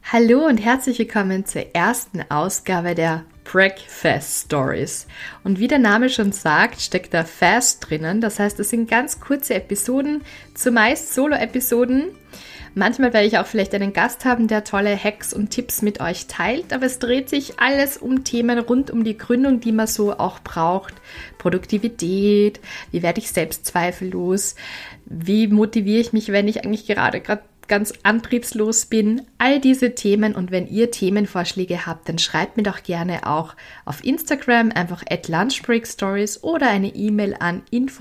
Hallo und herzlich willkommen zur ersten Ausgabe der Breakfast Stories. Und wie der Name schon sagt, steckt da Fast drinnen. Das heißt, es sind ganz kurze Episoden, zumeist Solo-Episoden. Manchmal werde ich auch vielleicht einen Gast haben, der tolle Hacks und Tipps mit euch teilt. Aber es dreht sich alles um Themen rund um die Gründung, die man so auch braucht. Produktivität, wie werde ich selbst zweifellos, wie motiviere ich mich, wenn ich eigentlich gerade ganz antriebslos bin, all diese Themen. Und wenn ihr Themenvorschläge habt, dann schreibt mir doch gerne auch auf Instagram einfach @lunchbreakstories oder eine E-Mail an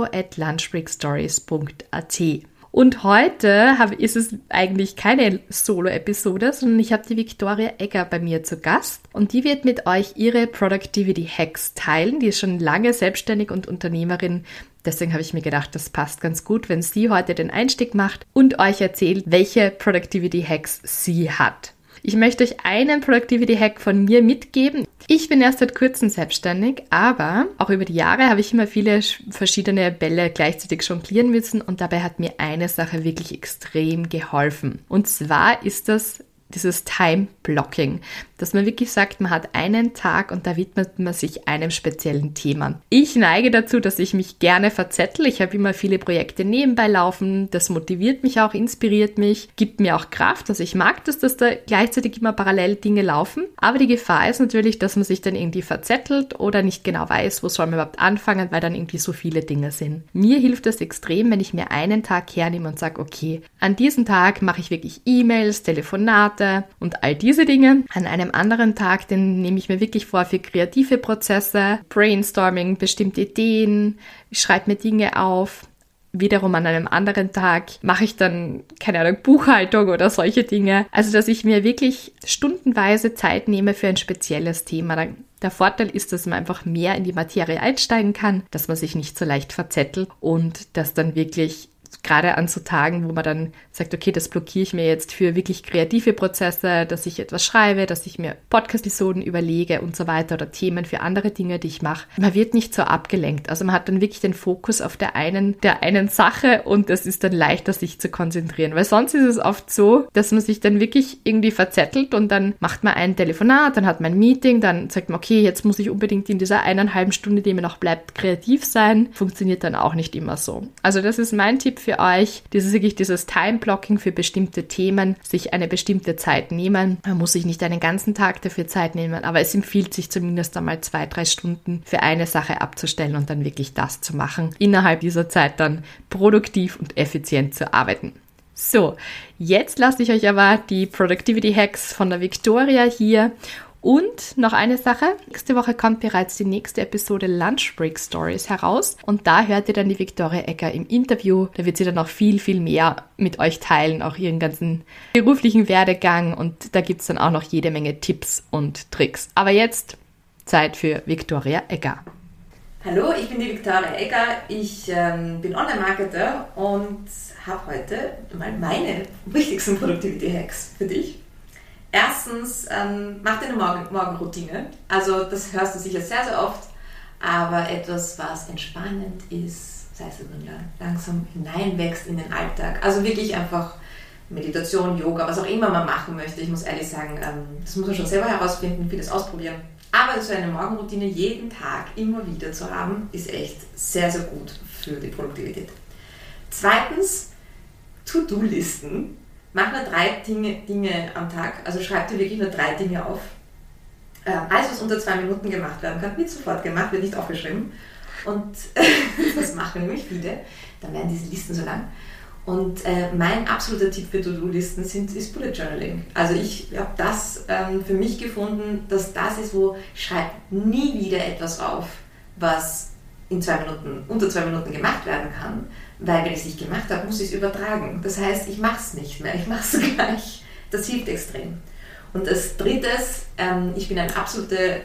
info@lunchbreakstories.at. Und heute ist es eigentlich keine Solo-Episode, sondern ich habe die Viktoria Egger bei mir zu Gast und die wird mit euch ihre Productivity-Hacks teilen. Die ist schon lange selbstständig und Unternehmerin. Deswegen habe ich mir gedacht, das passt ganz gut, wenn sie heute den Einstieg macht und euch erzählt, welche Productivity-Hacks sie hat. Ich möchte euch einen Productivity-Hack von mir mitgeben. Ich bin erst seit kurzem selbstständig, aber auch über die Jahre habe ich immer viele verschiedene Bälle gleichzeitig jonglieren müssen und dabei hat mir eine Sache wirklich extrem geholfen. Und zwar ist das dieses Time-Blocking, dass man wirklich sagt, man hat einen Tag und da widmet man sich einem speziellen Thema. Ich neige dazu, dass ich mich gerne verzettel. Ich habe immer viele Projekte nebenbei laufen. Das motiviert mich auch, inspiriert mich, gibt mir auch Kraft. Also ich mag das, dass da gleichzeitig immer parallel Dinge laufen. Aber die Gefahr ist natürlich, dass man sich dann irgendwie verzettelt oder nicht genau weiß, wo soll man überhaupt anfangen, weil dann irgendwie so viele Dinge sind. Mir hilft das extrem, wenn ich mir einen Tag hernehme und sage, okay, an diesem Tag mache ich wirklich E-Mails, Telefonate und all diese Dinge. An einem anderen Tag, den nehme ich mir wirklich vor für kreative Prozesse, Brainstorming, bestimmte Ideen, ich schreibe mir Dinge auf. Wiederum an einem anderen Tag mache ich dann, keine Ahnung, Buchhaltung oder solche Dinge. Also, dass ich mir wirklich stundenweise Zeit nehme für ein spezielles Thema. Der Vorteil ist, dass man einfach mehr in die Materie einsteigen kann, dass man sich nicht so leicht verzettelt und dass dann wirklich gerade an so Tagen, wo man dann sagt, okay, das blockiere ich mir jetzt für wirklich kreative Prozesse, dass ich etwas schreibe, dass ich mir Podcast-Episoden überlege und so weiter oder Themen für andere Dinge, die ich mache. Man wird nicht so abgelenkt. Also man hat dann wirklich den Fokus auf der einen Sache und es ist dann leichter, sich zu konzentrieren. Weil sonst ist es oft so, dass man sich dann wirklich irgendwie verzettelt und dann macht man ein Telefonat, dann hat man ein Meeting, dann sagt man, okay, jetzt muss ich unbedingt in dieser 1,5 Stunde, die mir noch bleibt, kreativ sein. Funktioniert dann auch nicht immer so. Also das ist mein Tipp für euch, dieses Time-Blocking für bestimmte Themen, sich eine bestimmte Zeit nehmen. Man muss sich nicht einen ganzen Tag dafür Zeit nehmen, aber es empfiehlt sich zumindest einmal 2-3 Stunden für eine Sache abzustellen und dann wirklich das zu machen. Innerhalb dieser Zeit dann produktiv und effizient zu arbeiten. So, jetzt lasse ich euch aber die Productivity Hacks von der Viktoria hier. Und noch eine Sache, nächste Woche kommt bereits die nächste Episode Lunch Break Stories heraus und da hört ihr dann die Viktoria Egger im Interview. Da wird sie dann noch viel, viel mehr mit euch teilen, auch ihren ganzen beruflichen Werdegang und da gibt es dann auch noch jede Menge Tipps und Tricks. Aber jetzt Zeit für Viktoria Egger. Hallo, ich bin die Viktoria Egger, ich bin Online-Marketer und habe heute mal meine wichtigsten Productivity-Hacks für dich. Erstens, mach dir eine Morgenroutine. Also das hörst du sicher sehr, sehr oft, aber etwas, was entspannend ist, das heißt, wenn man langsam hineinwächst in den Alltag. Also wirklich einfach Meditation, Yoga, was auch immer man machen möchte. Ich muss ehrlich sagen, das muss man schon selber herausfinden, vieles ausprobieren. Aber so eine Morgenroutine jeden Tag immer wieder zu haben, ist echt sehr, sehr gut für die Produktivität. Zweitens, To-Do-Listen. Mach nur 3 Dinge am Tag, also schreib dir wirklich nur 3 Dinge auf. Alles, was unter 2 Minuten gemacht werden kann, wird sofort gemacht, wird nicht aufgeschrieben. Und das machen nämlich viele, dann werden diese Listen so lang. Und mein absoluter Tipp für To-Do-Listen ist Bullet Journaling. Also ich habe das für mich gefunden, dass das ist, wo ich schreibe nie wieder etwas auf, was unter 2 Minuten gemacht werden kann. Weil wenn ich es nicht gemacht habe, muss ich es übertragen. Das heißt, ich mache es nicht mehr, ich mache es gleich. Das hilft extrem. Und als drittes, ich bin ein totale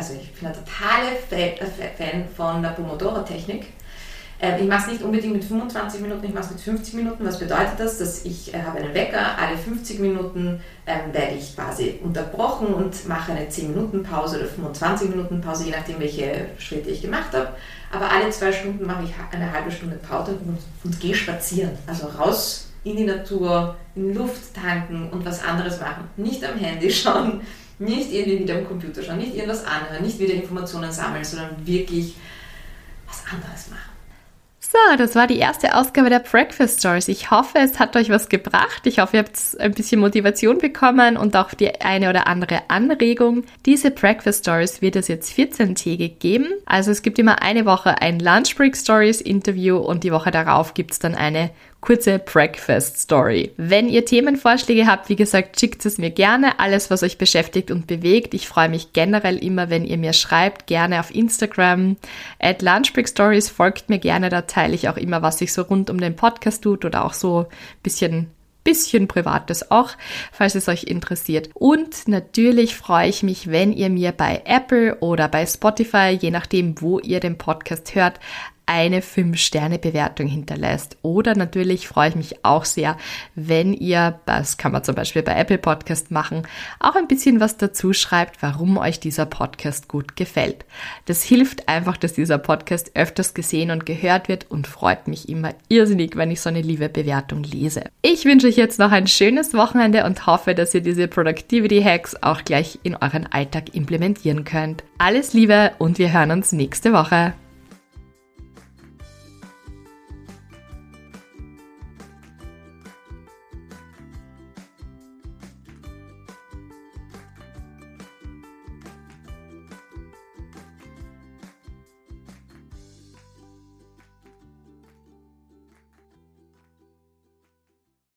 Fan von der Pomodoro-Technik. Ich mache es nicht unbedingt mit 25 Minuten, ich mache es mit 50 Minuten. Was bedeutet das? Dass ich habe einen Wecker, alle 50 Minuten werde ich quasi unterbrochen und mache eine 10-Minuten-Pause oder 25-Minuten-Pause, je nachdem, welche Schritte ich gemacht habe. Aber alle 2 Stunden mache ich eine halbe Stunde Pause und gehe spazieren. Also raus in die Natur, in Luft tanken und was anderes machen. Nicht am Handy schauen, nicht irgendwie wieder am Computer schauen, nicht irgendwas anhören, nicht wieder Informationen sammeln, sondern wirklich was anderes machen. So, das war die erste Ausgabe der Breakfast Stories. Ich hoffe, es hat euch was gebracht. Ich hoffe, ihr habt ein bisschen Motivation bekommen und auch die eine oder andere Anregung. Diese Breakfast Stories wird es jetzt 14-tägig geben. Also es gibt immer eine Woche ein Lunch Break Stories Interview und die Woche darauf gibt es dann eine kurze Breakfast Story. Wenn ihr Themenvorschläge habt, wie gesagt, schickt es mir gerne. Alles, was euch beschäftigt und bewegt. Ich freue mich generell immer, wenn ihr mir schreibt. Gerne auf Instagram. @lunchbreakstories folgt mir gerne. Da teile ich auch immer, was sich so rund um den Podcast tut oder auch so ein bisschen Privates auch, falls es euch interessiert. Und natürlich freue ich mich, wenn ihr mir bei Apple oder bei Spotify, je nachdem, wo ihr den Podcast hört, eine 5-Sterne-Bewertung hinterlässt. Oder natürlich freue ich mich auch sehr, wenn ihr, das kann man zum Beispiel bei Apple Podcast machen, auch ein bisschen was dazu schreibt, warum euch dieser Podcast gut gefällt. Das hilft einfach, dass dieser Podcast öfters gesehen und gehört wird und freut mich immer irrsinnig, wenn ich so eine liebe Bewertung lese. Ich wünsche euch jetzt noch ein schönes Wochenende und hoffe, dass ihr diese Productivity Hacks auch gleich in euren Alltag implementieren könnt. Alles Liebe und wir hören uns nächste Woche.